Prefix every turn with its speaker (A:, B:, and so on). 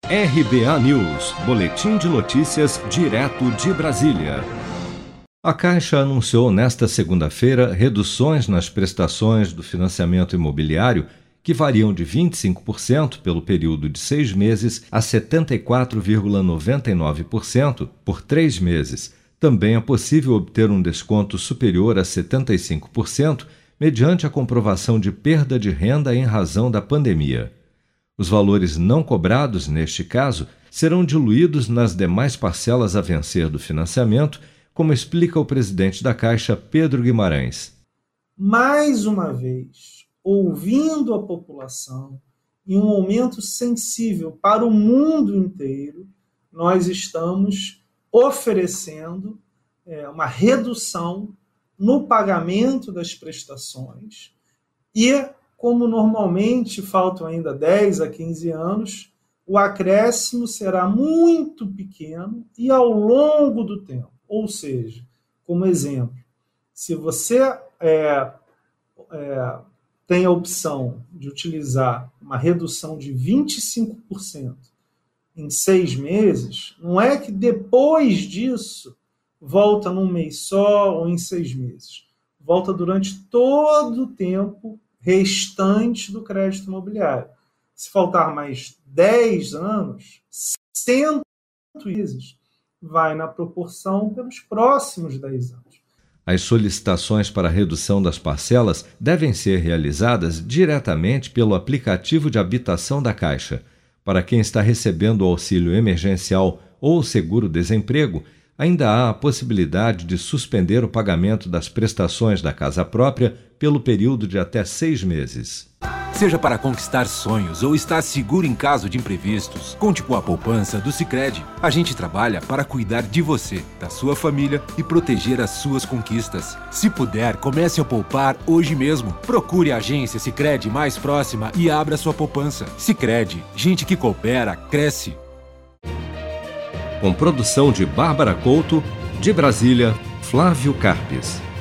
A: RBA News, boletim de notícias direto de Brasília. A Caixa anunciou nesta segunda-feira reduções nas prestações do financiamento imobiliário que variam de 25% pelo período de 6 meses a 74,99% por 3 meses. Também é possível obter um desconto superior a 75% mediante a comprovação de perda de renda em razão da pandemia. Os valores não cobrados, neste caso, serão diluídos nas demais parcelas a vencer do financiamento, como explica o presidente da Caixa, Pedro Guimarães.
B: Mais uma vez, ouvindo a população, em um momento sensível para o mundo inteiro, nós estamos oferecendo uma redução no pagamento das prestações e, como normalmente faltam ainda 10 a 15 anos, o acréscimo será muito pequeno e ao longo do tempo. Ou seja, como exemplo, se você tem a opção de utilizar uma redução de 25% em 6 meses, não é que depois disso volta num mês só ou em 6 meses. Volta durante todo o tempo restante do crédito imobiliário. Se faltar mais 10 anos, 100 meses vai na proporção pelos próximos 10 anos.
A: As solicitações para redução das parcelas devem ser realizadas diretamente pelo aplicativo de habitação da Caixa. Para quem está recebendo o auxílio emergencial ou seguro-desemprego, ainda há a possibilidade de suspender o pagamento das prestações da casa própria pelo período de até 6 meses.
C: Seja para conquistar sonhos ou estar seguro em caso de imprevistos, conte com a poupança do Sicredi. A gente trabalha para cuidar de você, da sua família e proteger as suas conquistas. Se puder, comece a poupar hoje mesmo. Procure a agência Sicredi mais próxima e abra sua poupança. Sicredi, gente que coopera, cresce.
A: Com produção de Bárbara Couto, de Brasília, Flávio Carpes.